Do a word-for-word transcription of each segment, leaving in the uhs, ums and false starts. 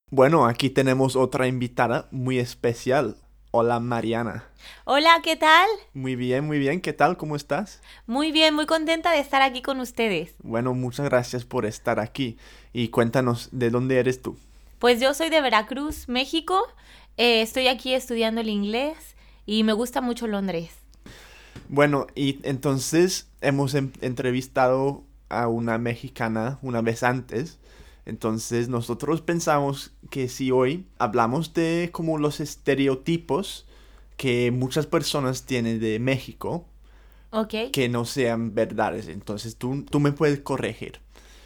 Bueno, aquí tenemos otra invitada muy especial. Hola Mariana. Hola, ¿qué tal? Muy bien, muy bien. ¿Qué tal? ¿Cómo estás? Muy bien, muy contenta de estar aquí con ustedes. Bueno, muchas gracias por estar aquí. Y cuéntanos, ¿de dónde eres tú? Pues yo soy de Veracruz, México. Eh, estoy aquí estudiando el inglés y me gusta mucho Londres. Bueno, y entonces hemos em- entrevistado a una mexicana una vez antes. Entonces nosotros pensamos que si hoy hablamos de como los estereotipos que muchas personas tienen de México, ¿Ok? que no sean verdades. Entonces tú, tú me puedes corregir.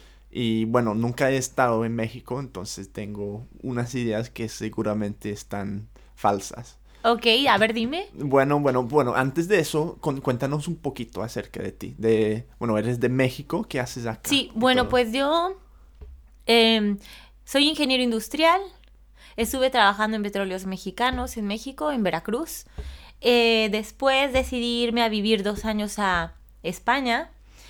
Y bueno, nunca he estado en México, entonces tengo unas ideas que seguramente están falsas. Ok, a ver, dime. Bueno, bueno, bueno, antes de eso, con- cuéntanos un poquito acerca de ti. De, bueno, eres de México, ¿qué haces acá? Sí, Y bueno, todo. pues yo em, soy ingeniero industrial. Estuve trabajando en Petróleos Mexicanos en México, en Veracruz. Eh, después decidí irme a vivir dos años a España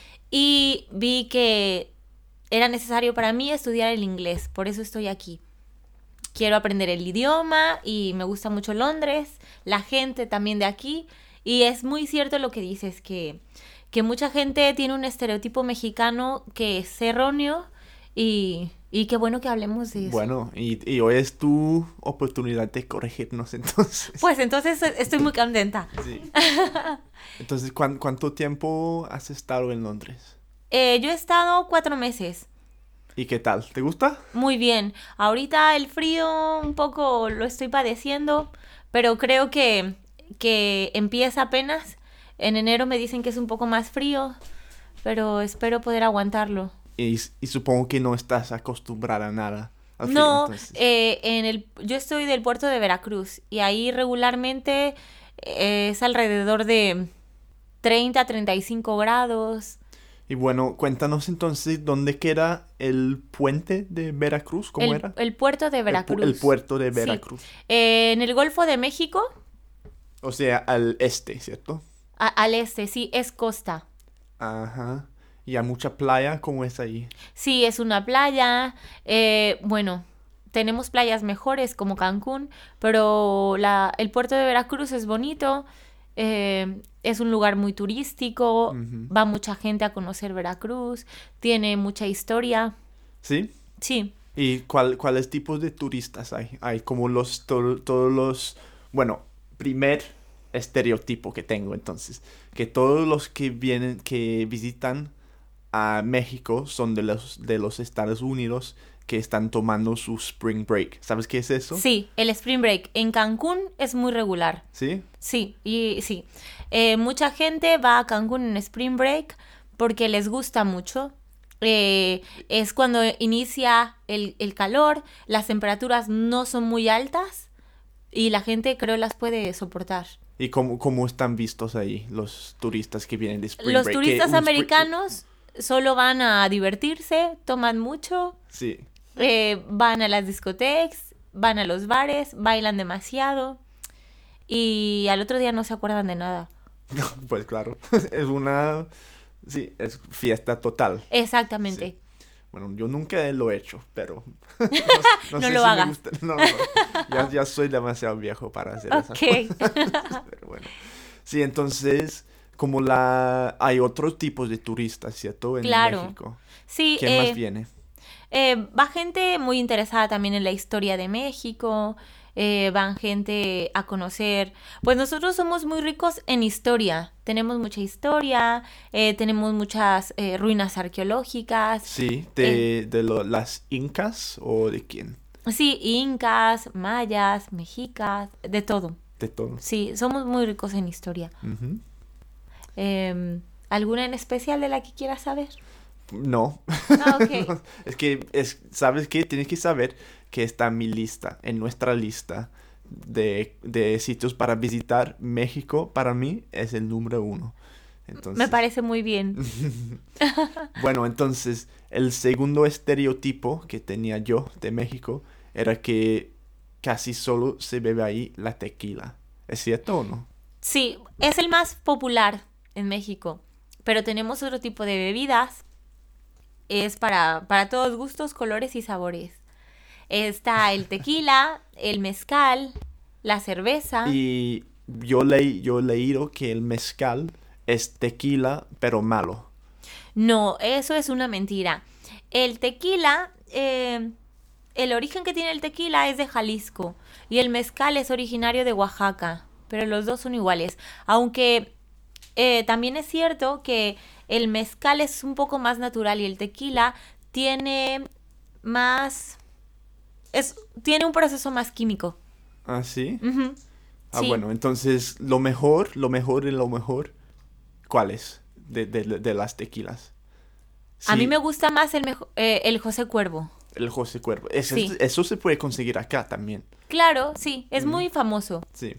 y vi que era necesario para mí estudiar el inglés. Por eso estoy aquí. Quiero aprender el idioma y me gusta mucho Londres, la gente también de aquí. Y es muy cierto lo que dices, que, que mucha gente tiene un estereotipo mexicano que es erróneo y, y qué bueno que hablemos de eso. Bueno, y, y hoy es tu oportunidad de corregirnos entonces. Pues entonces estoy muy contenta. Sí. Entonces, ¿cuán- ¿cuánto tiempo has estado en Londres? Eh, yo he estado cuatro meses. ¿Y qué tal? ¿Te gusta? Muy bien. Ahorita el frío un poco lo estoy padeciendo, pero creo que, que empieza apenas. En enero me dicen que es un poco más frío, pero espero poder aguantarlo. Y, y supongo que no estás acostumbrada a nada al frío, No, entonces. eh, en el, yo estoy del puerto de Veracruz y ahí regularmente eh, es alrededor de treinta a treinta y cinco grados. Y bueno, cuéntanos entonces dónde queda el puente de Veracruz, ¿cómo El, era? el puerto de El, pu- el Veracruz. puerto de Sí. Veracruz. Eh, en el Golfo de México, O sea, al este, ¿cierto? a- al este, sí, es costa. Ajá. Y hay mucha playa, ¿cómo es ahí? Sí, es una playa. Eh, bueno, tenemos playas mejores como Cancún, pero la, el puerto de Veracruz es bonito. eh, es un lugar muy turístico. Ujú. Va mucha gente a conocer Veracruz. Tiene mucha historia. ¿Sí? Sí, ¿Y cuál, cuáles tipos de turistas hay? Hay como los, to- todos los, bueno, primer estereotipo que tengo entonces, que todos los que vienen, que visitan a México son de los, de los Estados Unidos que están tomando su spring break. ¿Sabes qué es eso? sí, el Spring Break en Cancún es muy regular. ¿Sí? Sí, y sí. Eh, mucha gente va a Cancún en Spring Break porque les gusta mucho. Eh, es cuando inicia el, el calor, las temperaturas no son muy altas y la gente creo las puede soportar. ¿Y cómo, cómo están vistos ahí los turistas que vienen de spring Los break? Que turistas un spring... americanos solo van a divertirse, toman mucho, Sí, eh, van a las discotecas, van a los bares, bailan demasiado y al otro día no se acuerdan de nada. pues claro, es una... Sí, es fiesta total. Sí. Exactamente. Bueno, yo nunca lo he hecho, pero no, no No sé lo si me hagas. gusta. No, no, ya, ya soy demasiado viejo para hacer esas Ok. cosas. Pero bueno. Sí, entonces, como la... Hay otros tipos de turistas, ¿cierto? En Claro. México. Sí, ¿Quién más eh, viene? eh, va gente muy interesada también en la historia de México. Eh, van gente a conocer. Pues nosotros somos muy ricos en historia. Tenemos mucha historia, eh, tenemos muchas eh, ruinas arqueológicas. Sí, eh, de, de lo- las incas o de quién, sí, incas, mayas, mexicas, de todo. de todo. Sí, somos muy ricos en historia. Ujú. Em, ¿alguna en especial de la que quieras saber? No. Ah, ok. No, es que, es, ¿sabes qué? Tienes que saber que está en mi lista, en nuestra lista de, de sitios para visitar. México, para mí, es el número uno. Me Entonces, parece muy bien. bueno, entonces, el segundo estereotipo que tenía yo de México era que casi solo se bebe ahí la tequila. ¿Es cierto o no? Sí, es el más popular en México, pero tenemos otro tipo de bebidas. Es para, para todos gustos, colores y sabores. Está el tequila, el mezcal, la cerveza. Y yo, leí, yo he leído que el mezcal es tequila, pero malo. No, eso es una mentira. El tequila, eh, el origen que tiene el tequila es de Jalisco y el mezcal es originario de Oaxaca, pero los dos son iguales. Aunque eh, también es cierto que el mezcal es un poco más natural y el tequila tiene más... Es, tiene un proceso más químico. ¿Ah, sí? Ujú, Ah, sí. bueno, entonces lo mejor, lo mejor y lo mejor, ¿cuál es de, de, de las tequilas? A mí Sí, me gusta más el, mejo- eh, el José Cuervo. el José Cuervo. Eso, Sí. eso se puede conseguir acá también. Claro, sí, es Mm, muy famoso. sí.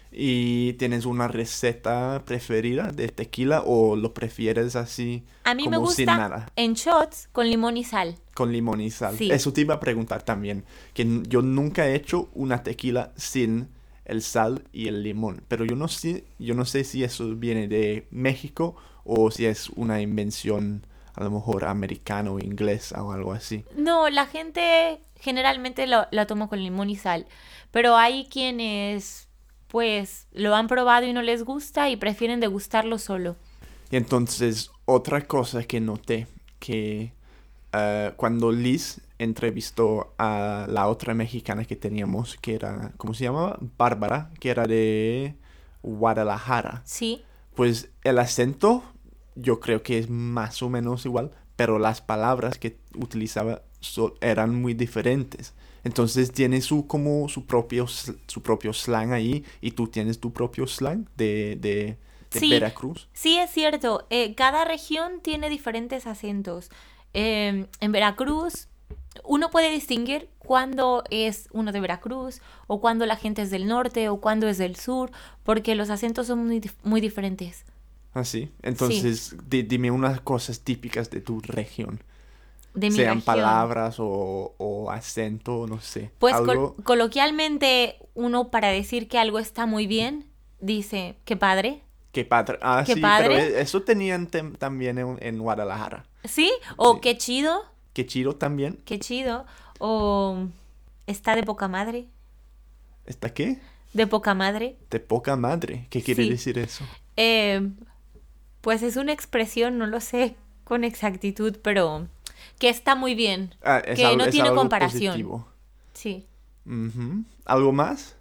¿Y tienes una receta preferida de tequila o lo prefieres así A mí me como sin gusta nada? en shots con limón y sal. Con limón y sal. Sí. Eso te iba a preguntar también, que n- yo nunca he hecho una tequila sin el sal y el limón, pero yo no sé, yo no sé si eso viene de México o si es una invención a lo mejor americana o inglesa o algo así. No, la gente generalmente lo- la toma con limón y sal, pero hay quienes pues lo han probado y no les gusta y prefieren degustarlo solo. Y entonces, otra cosa que noté, que eh, cuando Liz entrevistó a la otra mexicana que teníamos, que era, ¿cómo se llamaba? Bárbara, que era de Guadalajara. Sí, Pues el acento yo creo que es más o menos igual, pero las palabras que utilizaba so- eran muy diferentes. Entonces tiene su como su propio s- su propio slang ahí y tú tienes tu propio slang de, de, de sí, Veracruz. sí es cierto. Eh, cada región tiene diferentes acentos. Em, en Veracruz uno puede distinguir cuándo es uno de Veracruz o cuándo la gente es del norte o cuándo es del sur, porque los acentos son muy, dif- muy diferentes. Así. Sí, Entonces di- dime unas cosas típicas de tu región. de mi Sean región. palabras o, o acento, no sé. Pues col- Algo. coloquialmente uno para decir que algo está muy bien dice, qué padre, Qué padre. Ah, qué sí, pero padre, e- eso tenían tem- también en, en Guadalajara. ¿sí? O Sí. qué chido, Qué chido también. qué chido, o está de poca madre, ¿Está qué? de poca madre. De poca madre. ¿Qué quiere Sí, decir eso? eh, pues es una expresión, no lo sé con exactitud, pero que está muy bien, Ah, es, que al- no es tiene algo comparación. positivo. Sí. Ujú. ¿Algo más?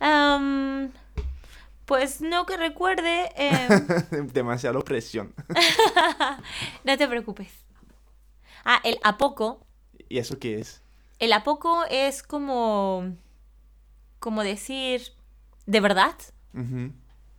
Am, pues no que recuerde, em, Demasiada presión. no te preocupes. Ah, el a poco. ¿Y eso qué es? El a poco es como, como decir, ¿de verdad? Ujú.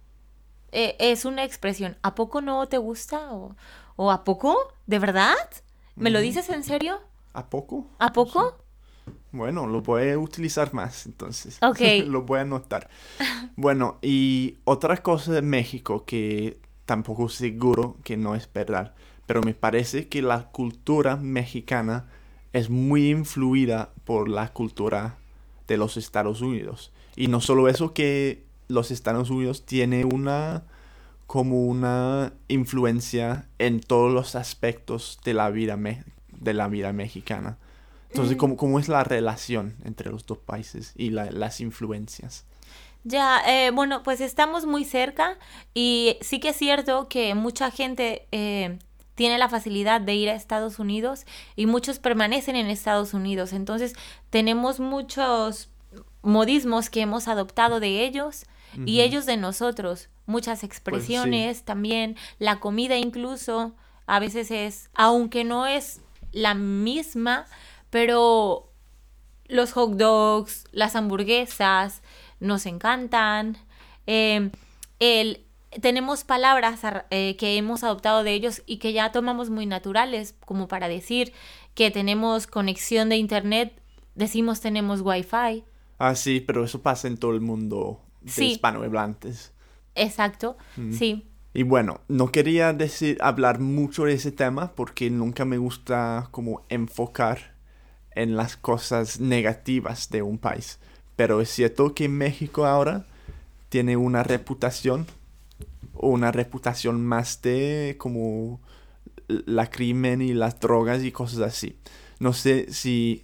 Eh, es una expresión. ¿A poco no te gusta? ¿O, o a poco? ¿De verdad? ¿Me lo Ujú. dices en serio? ¿A poco? ¿A poco? Bueno, lo voy a utilizar más, entonces. Ok. Lo voy a anotar. Bueno, y otra cosa de México que tampoco seguro que no es verdad, pero me parece que la cultura mexicana es muy influida por la cultura de los Estados Unidos. Y no solo eso, que los Estados Unidos tiene una como una influencia en todos los aspectos de la vida me- de la vida mexicana. Entonces, Mm, ¿cómo, cómo es la relación entre los dos países y la- las influencias? ya, eh, bueno, pues estamos muy cerca y sí que es cierto que mucha gente eh, tiene la facilidad de ir a Estados Unidos y muchos permanecen en Estados Unidos. Entonces tenemos muchos modismos que hemos adoptado de ellos y Ujú. ellos de nosotros. Muchas Pues sí. expresiones también, la comida incluso, a veces es, aunque no es la misma, pero los hot dogs, las hamburguesas, nos encantan. Eh, el, tenemos palabras ar- eh, que hemos adoptado de ellos y que ya tomamos muy naturales, como para decir que tenemos conexión de internet, decimos tenemos wifi. Ah, sí, pero eso pasa en todo el mundo de Sí, hispanohablantes. exacto, Mm. sí. Y bueno, no quería decir, hablar mucho de ese tema porque nunca me gusta como enfocar en las cosas negativas de un país. Pero es cierto que México ahora tiene una reputación, o una reputación más de como la crimen y las drogas y cosas así. No sé si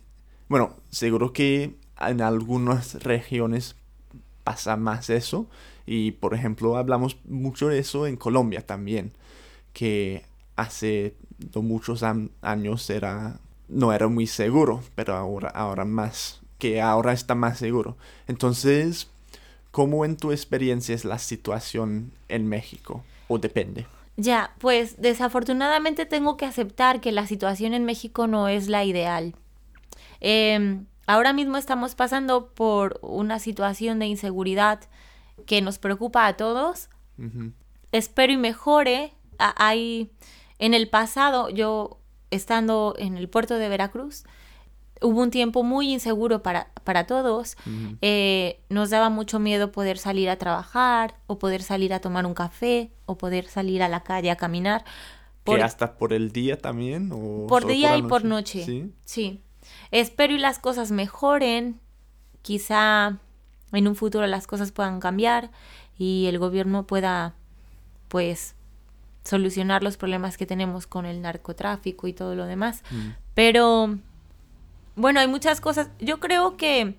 Bueno, seguro que en algunas regiones pasa más eso. Y por ejemplo, hablamos mucho de eso en Colombia también. Que hace no muchos an- años era, no era muy seguro, pero ahora, ahora más, que ahora está más seguro. Entonces, ¿cómo en tu experiencia es la situación en México? ¿O depende? Ya, pues desafortunadamente tengo que aceptar que la situación en México no es la ideal. Em, ahora mismo estamos pasando por una situación de inseguridad que nos preocupa a todos. Ujú. Espero y mejore. A- Hay, en el pasado, yo estando en el puerto de Veracruz, hubo un tiempo muy inseguro para, para todos. Ujú. Eh, nos daba mucho miedo poder salir a trabajar o poder salir a tomar un café o poder salir a la calle a caminar ¿Que por, hasta por el día también? ¿O por solo por día la y por noche? noche. Sí. Sí. Espero y las cosas mejoren. Quizá en un futuro las cosas puedan cambiar y el gobierno pueda, pues, solucionar los problemas que tenemos con el narcotráfico y todo lo demás. Mm. Pero, bueno, hay muchas cosas. Yo creo que,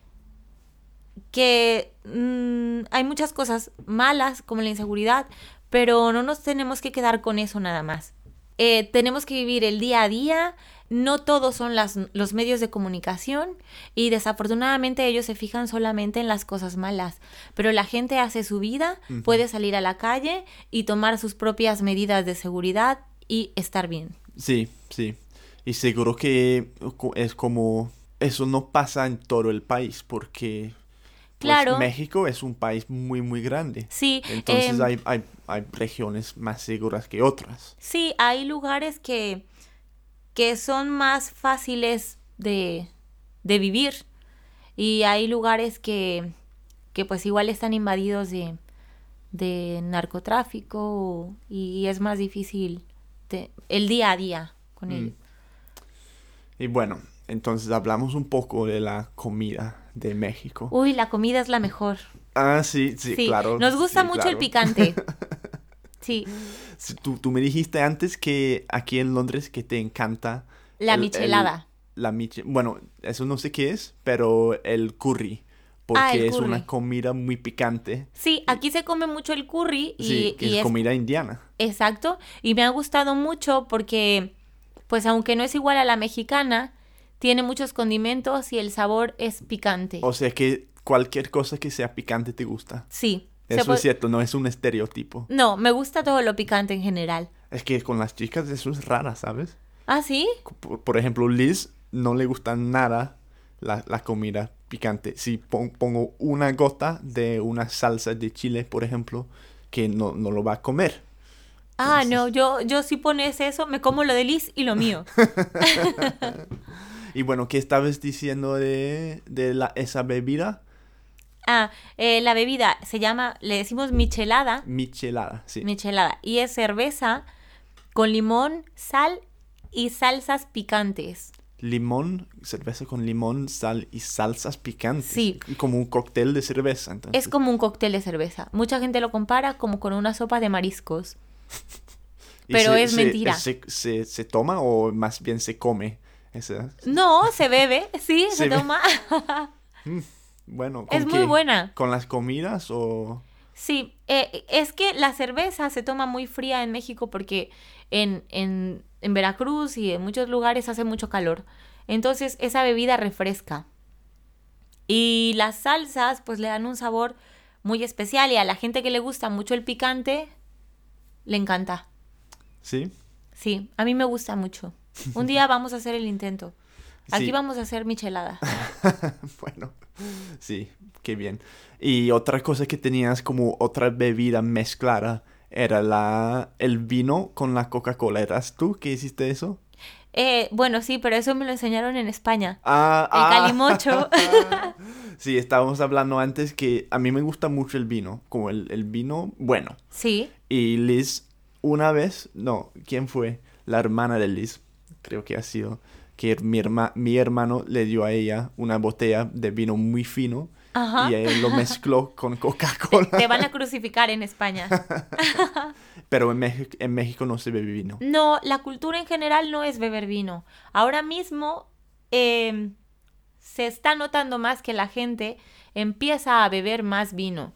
que mm, hay muchas cosas malas como la inseguridad, pero no nos tenemos que quedar con eso nada más. Eh, tenemos que vivir el día a día. No todos son las, los medios de comunicación y desafortunadamente ellos se fijan solamente en las cosas malas. Pero la gente hace su vida, Ujú. puede salir a la calle y tomar sus propias medidas de seguridad y estar bien. Sí, sí. Y seguro que co- es como... Eso no pasa en todo el país porque pues Claro, México es un país muy, muy grande. sí, Entonces em, hay, hay, hay regiones más seguras que otras. sí, hay lugares que, que son más fáciles de, de vivir y hay lugares que, que pues igual están invadidos de, de narcotráfico y es más difícil de- el día a día con Mm. ello. Y bueno, entonces hablamos un poco de la comida de México. Uy, la comida es la mejor. Ah, sí, sí, Sí, claro. nos gusta sí, mucho el claro. picante. Sí, Sí, Tú, tú me dijiste antes que aquí en Londres que te encanta la el, el- michelada. la miche... Bueno, eso no sé qué es, pero el curry, Ah, el porque es una curry. comida muy picante. Sí, aquí se come mucho el curry Sí, y, que y es es comida indiana. exacto. Y me ha gustado mucho porque, pues aunque no es igual a la mexicana, tiene muchos condimentos y el sabor es picante. O sea que cualquier cosa que sea picante te gusta. Sí. se Eso po- es cierto, no es un estereotipo. No, me gusta todo lo picante en general. Es que con las chicas eso es rara, ¿sabes? ¿Ah, sí? Por, por ejemplo, Liz no le gusta nada la, la comida picante. Si pon- pongo una gota de una salsa de chile, por ejemplo, que no, no lo va a comer. Ah, Entonces- no, yo, yo si pones eso, me como lo de Liz y lo mío. Y bueno, ¿qué estabas diciendo de, de la, esa bebida? Ah, eh, la bebida se llama, le decimos michelada, Michelada, sí. michelada, y es cerveza con limón, sal y salsas picantes. Limón, cerveza con limón, sal y salsas picantes. Sí. Como un cóctel de cerveza, entonces. Es como un cóctel de cerveza. Mucha gente lo compara como con una sopa de mariscos. ¿Y pero se- es se- mentira. Se, se, se toma o más bien se come? Esa, No, se bebe, sí, se, Se be- toma. bueno, ¿con Es muy qué? buena. ¿Con las comidas o...? Sí, eh, es que la cerveza se toma muy fría en México porque en, en, en Veracruz y en muchos lugares hace mucho calor. Entonces esa bebida refresca. Y las salsas pues le dan un sabor muy especial y a la gente que le gusta mucho el picante le encanta. ¿Sí? Sí, a mí me gusta mucho. Un día vamos a hacer el intento. Aquí Sí. vamos a hacer michelada. Bueno, sí, qué bien. Y otra cosa que tenías como otra bebida mezclada era la, el vino con la Coca-Cola. ¿Eras tú que hiciste eso? Eh, bueno, sí, pero eso me lo enseñaron en España. Ah, El ah. calimocho. Sí, estábamos hablando antes que a mí me gusta mucho el vino, como el, el vino bueno. Sí. Y Liz, una vez, no, ¿quién fue? La hermana de Liz, creo que ha sido, que mi, herma- mi hermano le dio a ella una botella de vino muy fino Ajá. y él lo mezcló con Te, Coca-Cola. te van a crucificar en España. Pero en México, en México no se bebe vino. No, la cultura en general no es beber vino. Ahora mismo, eh, se está notando más que la gente empieza a beber más vino,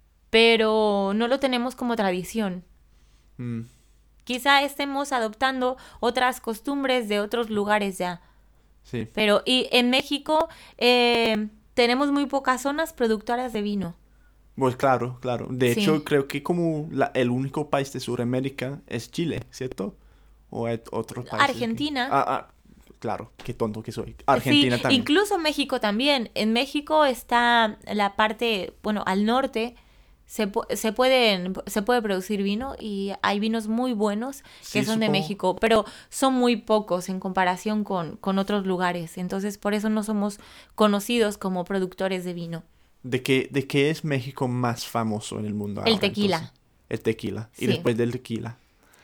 pero no lo tenemos como tradición. Mm, Quizá estemos adoptando otras costumbres de otros lugares ya. sí. Pero y en México eh, tenemos muy pocas zonas productoras de vino. Pues claro, claro. De Sí. hecho, creo que como la- el único país de Sudamérica es Chile, ¿cierto? ¿O hay otros países? que- Argentina. Ah, ah, claro, qué tonto que soy. Argentina Sí, también. incluso México también. En México está la parte, bueno, al norte se, pu- se pueden, se puede producir vino y hay vinos muy buenos que Sí, son de supongo. México, pero son muy pocos en comparación con, con otros lugares. Entonces, por eso no somos conocidos como productores de vino. ¿De qué, de qué es México más famoso en el mundo El ahora, tequila. entonces? El tequila. Y Sí. después del tequila.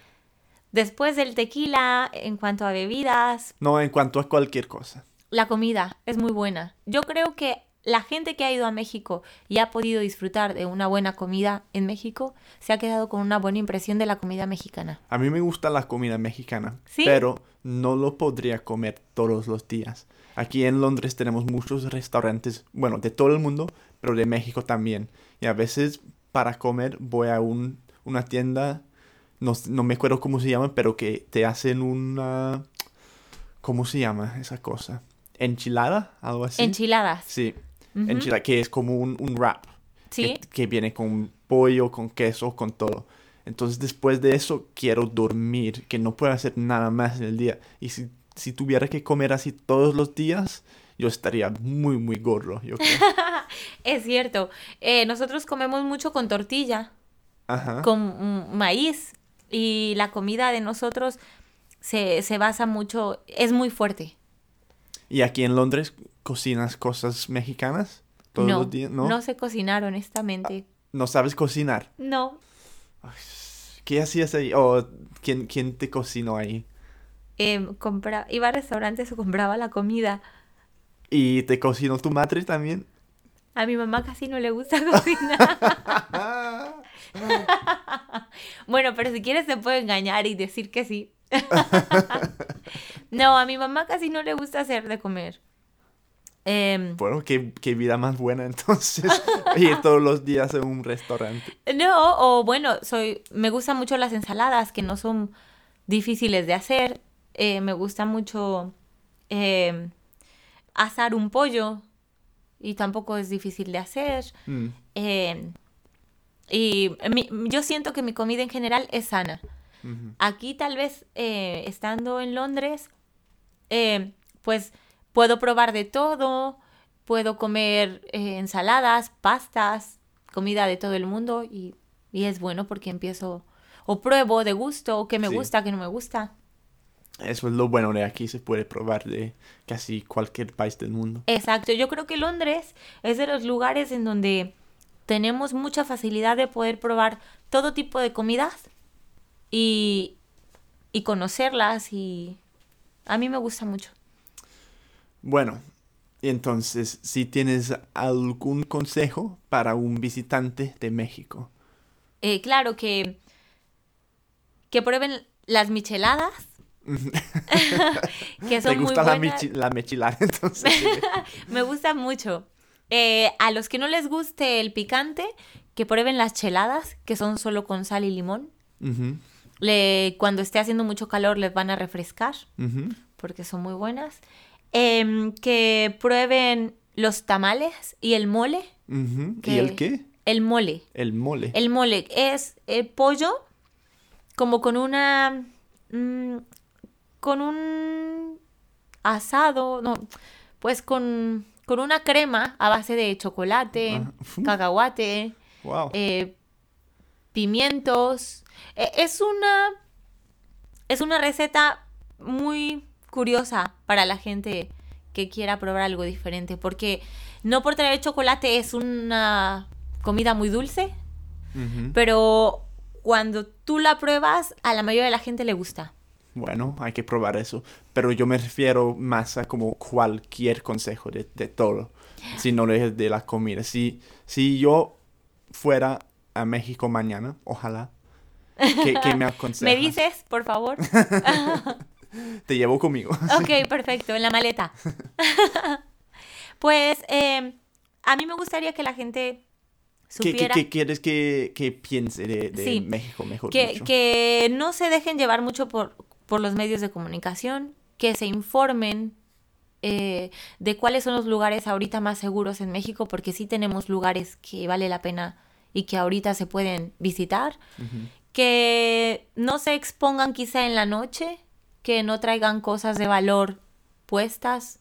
Después del tequila, en cuanto a bebidas, No, en cuanto a cualquier cosa. la comida es muy buena. Yo creo que la gente que ha ido a México y ha podido disfrutar de una buena comida en México se ha quedado con una buena impresión de la comida mexicana. A mí me gusta la comida mexicana, ¿Sí? pero no lo podría comer todos los días. Aquí en Londres tenemos muchos restaurantes, bueno, de todo el mundo, pero de México también. Y a veces para comer voy a un, una tienda, no, no me acuerdo cómo se llama, pero que te hacen una... ¿Cómo se llama esa cosa? ¿Enchilada? ¿Algo así? Enchiladas. Sí, Ujú. enchilada, que es como un, un wrap. Sí. Que, que viene con pollo, con queso, con todo. Entonces después de eso quiero dormir, que no puedo hacer nada más en el día. Y si, si tuviera que comer así todos los días, yo estaría muy, muy gordo, yo creo. Es cierto. Eh, nosotros comemos mucho con tortilla, Ajá. con mm, maíz. Y la comida de nosotros se, se basa mucho, es muy fuerte. ¿Y aquí en Londres cocinas cosas mexicanas todos no, los días? ¿No? no sé cocinar, honestamente. ¿No sabes cocinar? No. ¿Qué hacías ahí? ¿O quién, quién te cocinó ahí? Eh, compra, iba a restaurantes o compraba la comida. ¿Y te cocinó tu madre también? A mi mamá casi no le gusta cocinar. Bueno, pero si quieres te puedo engañar y decir que sí. No, a mi mamá casi no le gusta hacer de comer. Em, Bueno, qué, qué vida más buena entonces. Ir todos los días a un restaurante. no, o bueno, soy, me gustan mucho las ensaladas que no son difíciles de hacer. Eh, me gusta mucho em, asar un pollo y tampoco es difícil de hacer. Mm, Em, y mi- yo siento que mi comida en general es sana. ujú. Aquí tal vez eh, estando en Londres, eh, pues puedo probar de todo, puedo comer eh, ensaladas, pastas, comida de todo el mundo y, y es bueno porque empiezo o pruebo de gusto o qué me Sí. gusta, qué no me gusta. Eso es lo bueno de aquí, se puede probar de casi cualquier país del mundo. Exacto, yo creo que Londres es de los lugares en donde tenemos mucha facilidad de poder probar todo tipo de comidas y, y conocerlas y a mí me gusta mucho. Bueno, y entonces, si tienes algún consejo para un visitante de México. Eh, claro que, que prueben las micheladas, que ¿Te son muy gusta la, buenas. michi- la mechilada entonces? Me gusta mucho. Eh, a los que no les guste el picante, que prueben las cheladas, que son solo con sal y limón. Ujú, Le, cuando esté haciendo mucho calor les van a refrescar, ujú, porque son muy buenas. Em, que prueben los tamales y el mole. ujú. ¿Y que- el qué? El mole. El mole. El mole es el pollo como con una... mm, con un asado, no, pues con, con una crema a base de chocolate, Ajá. cacahuate, Wow. eh, pimientos. Eh, es una... Es una receta muy curiosa para la gente que quiera probar algo diferente, porque no por traer chocolate es una comida muy dulce, Ujú. pero cuando tú la pruebas, a la mayoría de la gente le gusta. Bueno, hay que probar eso. Pero yo me refiero más a como cualquier consejo de, de todo. Si no es de la comida. Si, si yo fuera a México mañana, ojalá, ¿qué, qué me aconsejas? ¿Me dices, por favor? Te llevo conmigo. Ok, perfecto, en la maleta. Pues eh, a mí me gustaría que la gente ¿Qué, qué, supiera qué quieres que, que piense de, de Sí. México, mejor que, dicho? que no se dejen llevar mucho por, por los medios de comunicación, que se informen eh, de cuáles son los lugares ahorita más seguros en México, porque sí tenemos lugares que vale la pena y que ahorita se pueden visitar, Ujú. que no se expongan quizá en la noche, que no traigan cosas de valor puestas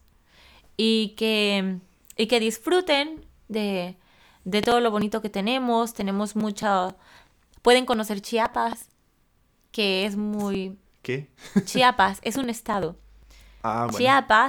y que, y que disfruten de, de todo lo bonito que tenemos. Tenemos mucha... Pueden conocer Chiapas, que es muy... ¿Qué? Chiapas es un estado. Ah, bueno. Chiapas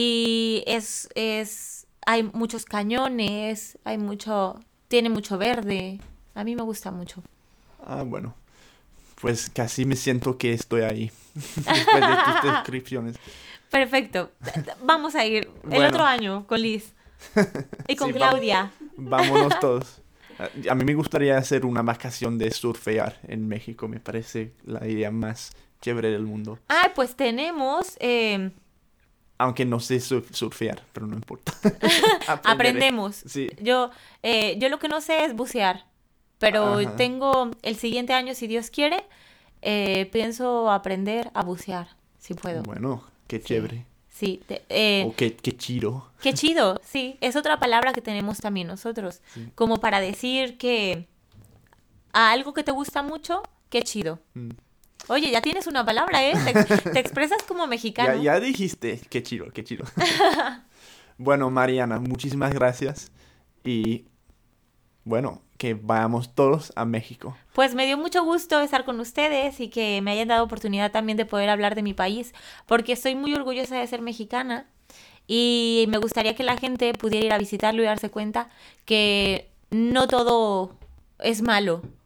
y es, es... Hay muchos cañones, hay mucho... Tiene mucho verde. A mí me gusta mucho. Ah, bueno. Pues casi me siento que estoy ahí. Después de tus descripciones. Perfecto. Vamos a ir el Bueno. otro año con Liz y con Sí, Claudia. Vámonos todos. A- A mí me gustaría hacer una vacación de surfear en México. Me parece la idea más chévere del mundo. Ah, pues tenemos... eh, Aunque no sé surf- surfear, pero no importa. Aprenderé. aprendemos. Sí. Yo, eh, yo lo que no sé es bucear, pero Ajá. tengo el siguiente año, si Dios quiere, eh, pienso aprender a bucear, si puedo. Bueno, qué Sí. chévere. Sí, te- eh, O qué, qué chido. qué chido, sí, es otra palabra que tenemos también nosotros, Sí. como para decir que a algo que te gusta mucho, qué chido. Mm. Oye, ya tienes una palabra, ¿eh? Te, te expresas como Ya, mexicano. ya dijiste, qué chido, qué chido. Bueno, Mariana, muchísimas gracias. Y bueno, que vayamos todos a México. Pues me dio mucho gusto estar con ustedes y que me hayan dado oportunidad también de poder hablar de mi país, porque estoy muy orgullosa de ser mexicana y me gustaría que la gente pudiera ir a visitarlo y darse cuenta que no todo es malo,